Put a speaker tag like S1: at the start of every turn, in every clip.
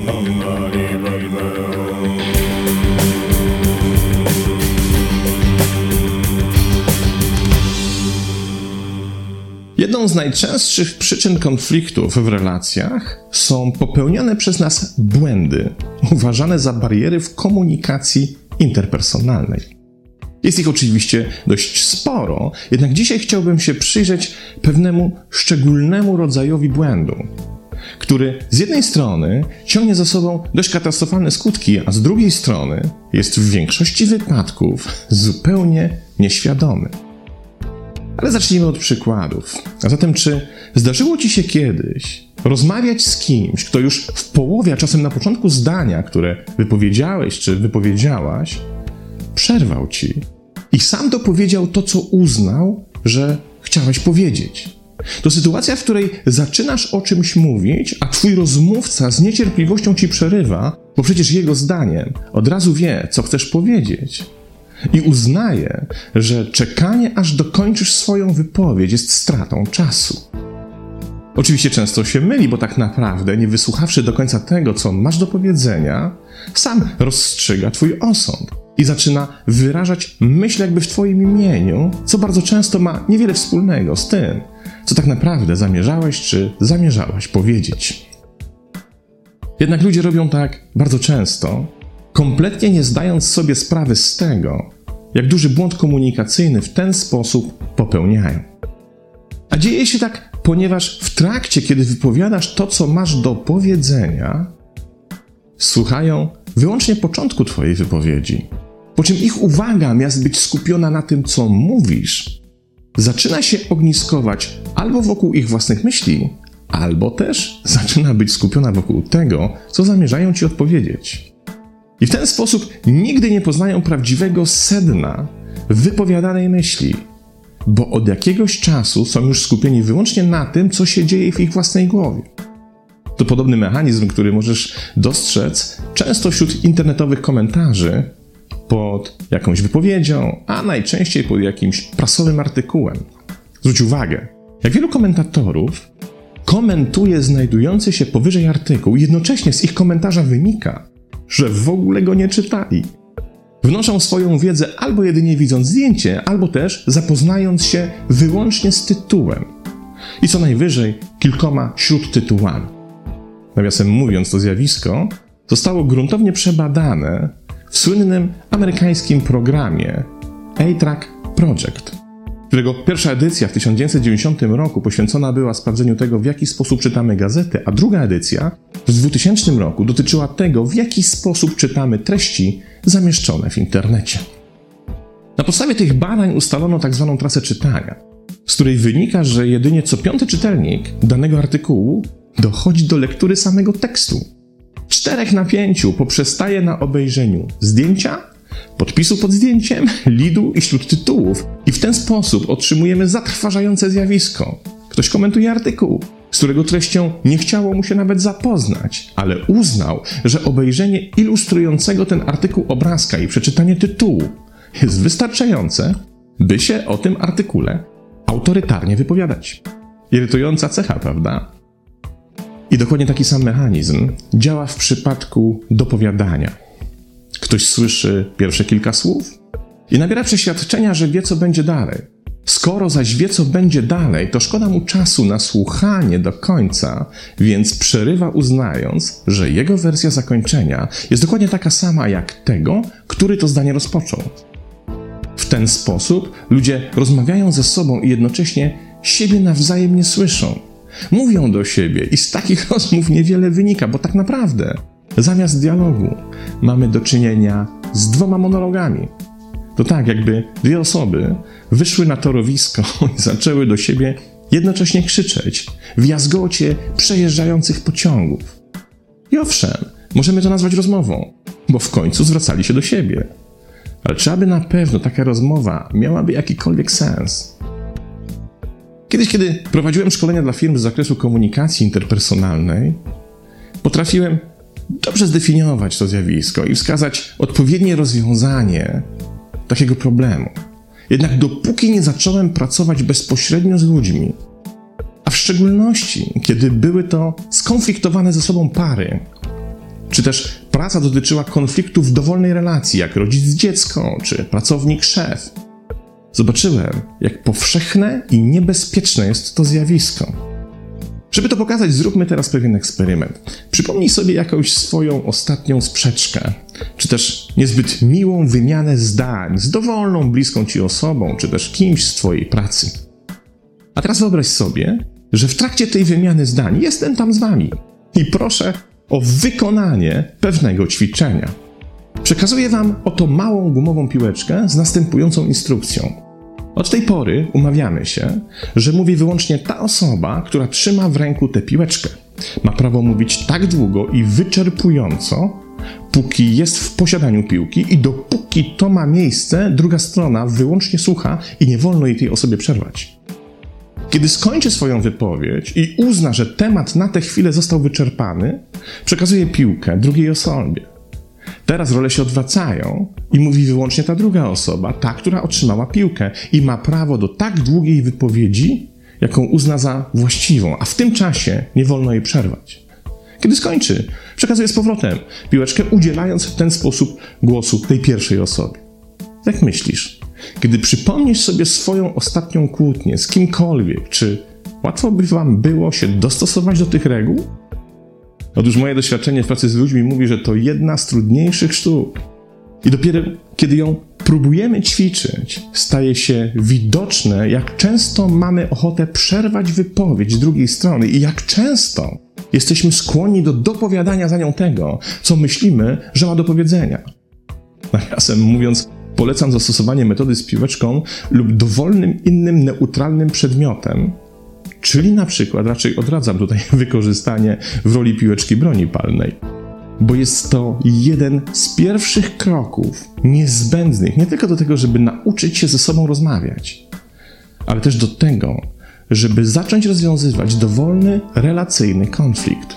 S1: Jedną z najczęstszych przyczyn konfliktów w relacjach są popełniane przez nas błędy, uważane za bariery w komunikacji interpersonalnej. Jest ich oczywiście dość sporo, jednak dzisiaj chciałbym się przyjrzeć pewnemu szczególnemu rodzajowi błędu, który z jednej strony ciągnie za sobą dość katastrofalne skutki, a z drugiej strony jest w większości wypadków zupełnie nieświadomy. Ale zacznijmy od przykładów. A zatem, czy zdarzyło Ci się kiedyś rozmawiać z kimś, kto już w połowie, a czasem na początku zdania, które wypowiedziałeś czy wypowiedziałaś, przerwał Ci i sam dopowiedział to, co uznał, że chciałeś powiedzieć? To sytuacja, w której zaczynasz o czymś mówić, a Twój rozmówca z niecierpliwością Ci przerywa, bo przecież jego zdaniem od razu wie, co chcesz powiedzieć. I uznaje, że czekanie, aż dokończysz swoją wypowiedź, jest stratą czasu. Oczywiście często się myli, bo tak naprawdę, nie wysłuchawszy do końca tego, co masz do powiedzenia, sam rozstrzyga Twój osąd i zaczyna wyrażać myśl jakby w Twoim imieniu, co bardzo często ma niewiele wspólnego z tym, co tak naprawdę zamierzałeś czy zamierzałaś powiedzieć. Jednak ludzie robią tak bardzo często, kompletnie nie zdając sobie sprawy z tego, jak duży błąd komunikacyjny w ten sposób popełniają. A dzieje się tak, ponieważ w trakcie, kiedy wypowiadasz to, co masz do powiedzenia, słuchają wyłącznie początku Twojej wypowiedzi, po czym ich uwaga, zamiast być skupiona na tym, co mówisz, zaczyna się ogniskować albo wokół ich własnych myśli, albo też zaczyna być skupiona wokół tego, co zamierzają Ci odpowiedzieć. I w ten sposób nigdy nie poznają prawdziwego sedna wypowiadanej myśli, bo od jakiegoś czasu są już skupieni wyłącznie na tym, co się dzieje w ich własnej głowie. To podobny mechanizm, który możesz dostrzec często wśród internetowych komentarzy pod jakąś wypowiedzią, a najczęściej pod jakimś prasowym artykułem. Zwróć uwagę, jak wielu komentatorów komentuje znajdujący się powyżej artykuł i jednocześnie z ich komentarza wynika, że w ogóle go nie czytali. Wnoszą swoją wiedzę albo jedynie widząc zdjęcie, albo też zapoznając się wyłącznie z tytułem. I co najwyżej kilkoma śródtytułami. Nawiasem mówiąc, to zjawisko zostało gruntownie przebadane w słynnym amerykańskim programie A-Track Project, którego pierwsza edycja w 1990 roku poświęcona była sprawdzeniu tego, w jaki sposób czytamy gazety, a druga edycja w 2000 roku dotyczyła tego, w jaki sposób czytamy treści zamieszczone w internecie. Na podstawie tych badań ustalono tzw. trasę czytania, z której wynika, że jedynie co 5. czytelnik danego artykułu dochodzi do lektury samego tekstu. 4 na 5 poprzestaje na obejrzeniu zdjęcia, podpisu pod zdjęciem, lidu i śródtytułów. I w ten sposób otrzymujemy zatrważające zjawisko. Ktoś komentuje artykuł, z którego treścią nie chciało mu się nawet zapoznać, ale uznał, że obejrzenie ilustrującego ten artykuł obrazka i przeczytanie tytułu jest wystarczające, by się o tym artykule autorytarnie wypowiadać. Irytująca cecha, prawda? I dokładnie taki sam mechanizm działa w przypadku dopowiadania. Ktoś słyszy pierwsze kilka słów i nabiera przeświadczenia, że wie, co będzie dalej. Skoro zaś wie, co będzie dalej, to szkoda mu czasu na słuchanie do końca, więc przerywa, uznając, że jego wersja zakończenia jest dokładnie taka sama jak tego, który to zdanie rozpoczął. W ten sposób ludzie rozmawiają ze sobą i jednocześnie siebie nawzajem nie słyszą. Mówią do siebie i z takich rozmów niewiele wynika, bo tak naprawdę zamiast dialogu mamy do czynienia z 2 monologami. To tak, jakby 2 osoby wyszły na torowisko i zaczęły do siebie jednocześnie krzyczeć w jazgocie przejeżdżających pociągów. I owszem, możemy to nazwać rozmową, bo w końcu zwracali się do siebie. Ale czy aby na pewno taka rozmowa miałaby jakikolwiek sens? Kiedyś, kiedy prowadziłem szkolenia dla firm z zakresu komunikacji interpersonalnej, potrafiłem dobrze zdefiniować to zjawisko i wskazać odpowiednie rozwiązanie takiego problemu. Jednak dopóki nie zacząłem pracować bezpośrednio z ludźmi, a w szczególności kiedy były to skonfliktowane ze sobą pary, Czy też praca dotyczyła konfliktów w dowolnej relacji, jak rodzic-dziecko, czy pracownik-szef. Zobaczyłem, jak powszechne i niebezpieczne jest to zjawisko. Żeby to pokazać, zróbmy teraz pewien eksperyment. Przypomnij sobie jakąś swoją ostatnią sprzeczkę, czy też niezbyt miłą wymianę zdań z dowolną, bliską ci osobą, czy też kimś z twojej pracy. A teraz wyobraź sobie, że w trakcie tej wymiany zdań jestem tam z wami i proszę o wykonanie pewnego ćwiczenia. Przekazuję wam oto małą gumową piłeczkę z następującą instrukcją. Od tej pory umawiamy się, że mówi wyłącznie ta osoba, która trzyma w ręku tę piłeczkę. Ma prawo mówić tak długo i wyczerpująco, póki jest w posiadaniu piłki i dopóki to ma miejsce, druga strona wyłącznie słucha i nie wolno jej tej osobie przerwać. Kiedy skończy swoją wypowiedź i uzna, że temat na tę chwilę został wyczerpany, przekazuje piłkę drugiej osobie. Teraz role się odwracają i mówi wyłącznie ta druga osoba, ta, która otrzymała piłkę i ma prawo do tak długiej wypowiedzi, jaką uzna za właściwą, a w tym czasie nie wolno jej przerwać. Kiedy skończy, przekazuje z powrotem piłeczkę, udzielając w ten sposób głosu tej pierwszej osobie. Jak myślisz, kiedy przypomnisz sobie swoją ostatnią kłótnię z kimkolwiek, czy łatwo by wam było się dostosować do tych reguł? Otóż moje doświadczenie w pracy z ludźmi mówi, że to jedna z trudniejszych sztuk. I dopiero kiedy ją próbujemy ćwiczyć, staje się widoczne, jak często mamy ochotę przerwać wypowiedź drugiej strony i jak często jesteśmy skłonni do dopowiadania za nią tego, co myślimy, że ma do powiedzenia. Nawiasem mówiąc, polecam zastosowanie metody z piłeczką lub dowolnym innym neutralnym przedmiotem, czyli na przykład raczej odradzam tutaj wykorzystanie w roli piłeczki broni palnej, bo jest to jeden z pierwszych kroków niezbędnych nie tylko do tego, żeby nauczyć się ze sobą rozmawiać, ale też do tego, żeby zacząć rozwiązywać dowolny, relacyjny konflikt.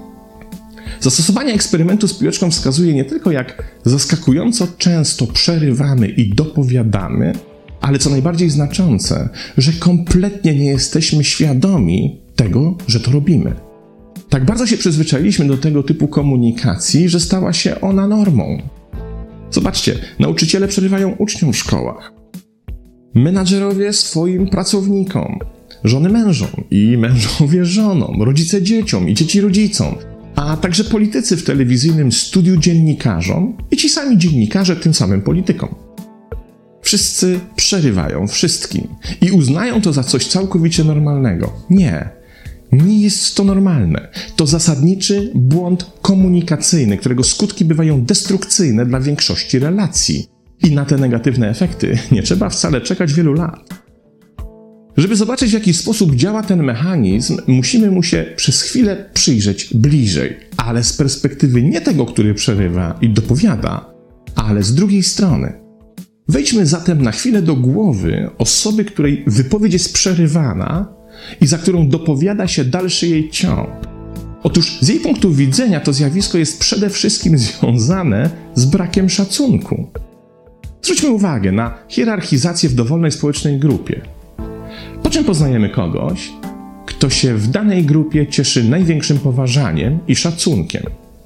S1: Zastosowanie eksperymentu z piłeczką wskazuje nie tylko, jak zaskakująco często przerywamy i dopowiadamy, ale co najbardziej znaczące, że kompletnie nie jesteśmy świadomi tego, że to robimy. Tak bardzo się przyzwyczailiśmy do tego typu komunikacji, że stała się ona normą. Zobaczcie, nauczyciele przerywają uczniom w szkołach. Menadżerowie swoim pracownikom, żony mężom i mężowie żonom, rodzice dzieciom i dzieci rodzicom, a także politycy w telewizyjnym studiu dziennikarzom i ci sami dziennikarze tym samym politykom. Wszyscy przerywają wszystkim i uznają to za coś całkowicie normalnego. Nie jest to normalne. To zasadniczy błąd komunikacyjny, którego skutki bywają destrukcyjne dla większości relacji. I na te negatywne efekty nie trzeba wcale czekać wielu lat. Żeby zobaczyć, w jaki sposób działa ten mechanizm, musimy mu się przez chwilę przyjrzeć bliżej, ale z perspektywy nie tego, który przerywa i dopowiada, ale z drugiej strony. Wejdźmy zatem na chwilę do głowy osoby, której wypowiedź jest przerywana i za którą dopowiada się dalszy jej ciąg. Otóż z jej punktu widzenia to zjawisko jest przede wszystkim związane z brakiem szacunku. Zwróćmy uwagę na hierarchizację w dowolnej społecznej grupie. Po czym poznajemy kogoś, kto się w danej grupie cieszy największym poważaniem i szacunkiem?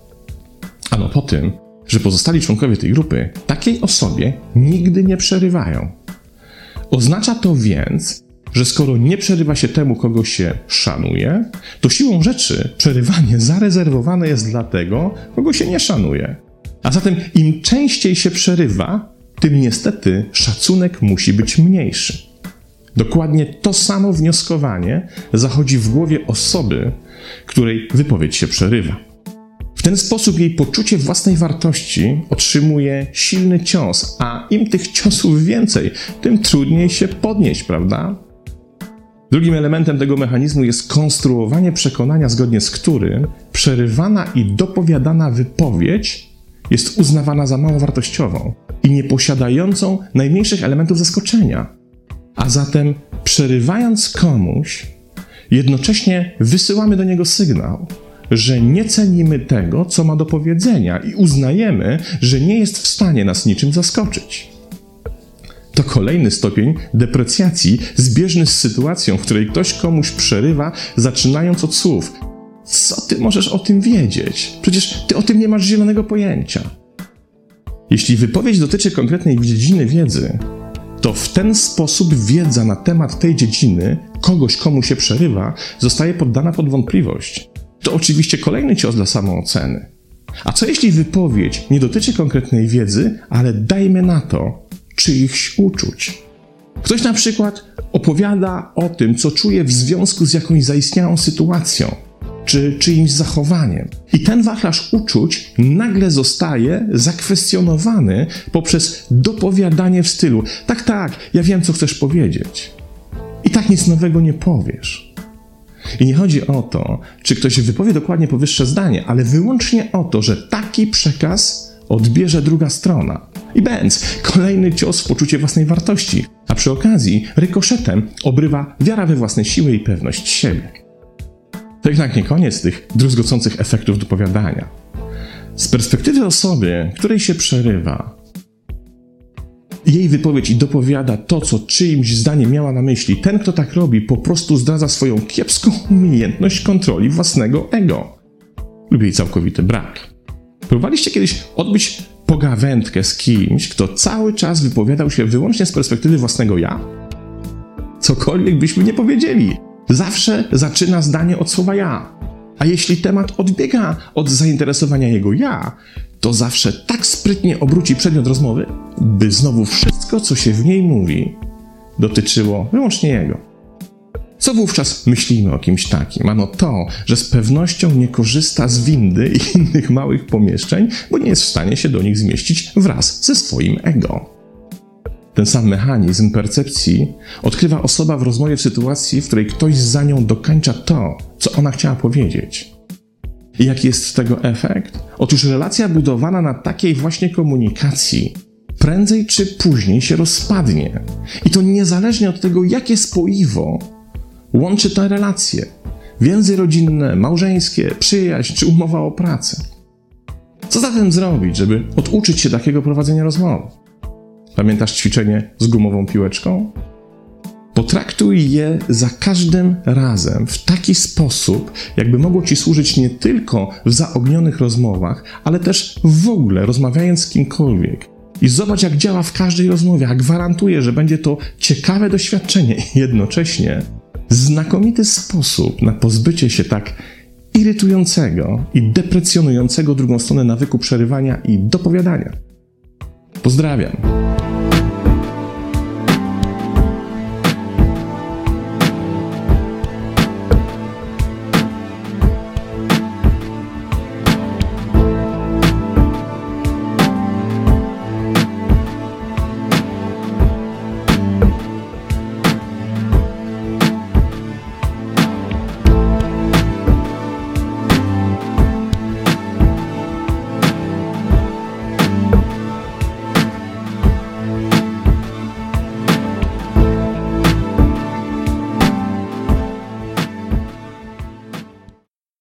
S1: Ano po tym, że pozostali członkowie tej grupy takiej osobie nigdy nie przerywają. Oznacza to więc, że skoro nie przerywa się temu, kogo się szanuje, to siłą rzeczy przerywanie zarezerwowane jest dla tego, kogo się nie szanuje. A zatem im częściej się przerywa, tym niestety szacunek musi być mniejszy. Dokładnie to samo wnioskowanie zachodzi w głowie osoby, której wypowiedź się przerywa. W ten sposób jej poczucie własnej wartości otrzymuje silny cios, a im tych ciosów więcej, tym trudniej się podnieść, prawda? Drugim elementem tego mechanizmu jest konstruowanie przekonania, zgodnie z którym przerywana i dopowiadana wypowiedź jest uznawana za mało wartościową i nieposiadającą najmniejszych elementów zaskoczenia. A zatem przerywając komuś, jednocześnie wysyłamy do niego sygnał, że nie cenimy tego, co ma do powiedzenia i uznajemy, że nie jest w stanie nas niczym zaskoczyć. To kolejny stopień deprecjacji zbieżny z sytuacją, w której ktoś komuś przerywa, zaczynając od słów: Co ty możesz o tym wiedzieć? Przecież ty o tym nie masz zielonego pojęcia. Jeśli wypowiedź dotyczy konkretnej dziedziny wiedzy, to w ten sposób wiedza na temat tej dziedziny, kogoś, komu się przerywa, zostaje poddana pod wątpliwość. To oczywiście kolejny cios dla samooceny. A co jeśli wypowiedź nie dotyczy konkretnej wiedzy, ale dajmy na to czyichś uczuć? Ktoś na przykład opowiada o tym, co czuje w związku z jakąś zaistniałą sytuacją, czy czyimś zachowaniem. I ten wachlarz uczuć nagle zostaje zakwestionowany poprzez dopowiadanie w stylu: tak, ja wiem, co chcesz powiedzieć. I tak nic nowego nie powiesz. I nie chodzi o to, czy ktoś wypowie dokładnie powyższe zdanie, ale wyłącznie o to, że taki przekaz odbierze druga strona. I bęc, kolejny cios w poczucie własnej wartości, a przy okazji rykoszetem obrywa wiara we własne siły i pewność siebie. To jednak nie koniec tych druzgocących efektów dopowiadania. Z perspektywy osoby, której się przerywa, jej wypowiedź i dopowiada to, co czyimś zdaniem miała na myśli, ten, kto tak robi, po prostu zdradza swoją kiepską umiejętność kontroli własnego ego lub jej całkowity brak. Próbowaliście kiedyś odbyć pogawędkę z kimś, kto cały czas wypowiadał się wyłącznie z perspektywy własnego ja? Cokolwiek byśmy nie powiedzieli, zawsze zaczyna zdanie od słowa ja. A jeśli temat odbiega od zainteresowania jego ja, to zawsze tak sprytnie obróci przedmiot rozmowy, by znowu wszystko, co się w niej mówi, dotyczyło wyłącznie jego. Co wówczas myślimy o kimś takim? Ano to, że z pewnością nie korzysta z windy i innych małych pomieszczeń, bo nie jest w stanie się do nich zmieścić wraz ze swoim ego. Ten sam mechanizm percepcji odkrywa osoba w rozmowie w sytuacji, w której ktoś za nią dokańcza to, co ona chciała powiedzieć. I jaki jest tego efekt? Otóż relacja budowana na takiej właśnie komunikacji prędzej czy później się rozpadnie. I to niezależnie od tego, jakie spoiwo łączy tę relację. Więzy rodzinne, małżeńskie, przyjaźń czy umowa o pracę. Co zatem zrobić, żeby oduczyć się takiego prowadzenia rozmowy? Pamiętasz ćwiczenie z gumową piłeczką? Potraktuj je za każdym razem w taki sposób, jakby mogło ci służyć nie tylko w zaognionych rozmowach, ale też w ogóle rozmawiając z kimkolwiek. I zobacz, jak działa w każdej rozmowie, a gwarantuję, że będzie to ciekawe doświadczenie i jednocześnie znakomity sposób na pozbycie się tak irytującego i deprecjonującego drugą stronę nawyku przerywania i dopowiadania. Pozdrawiam.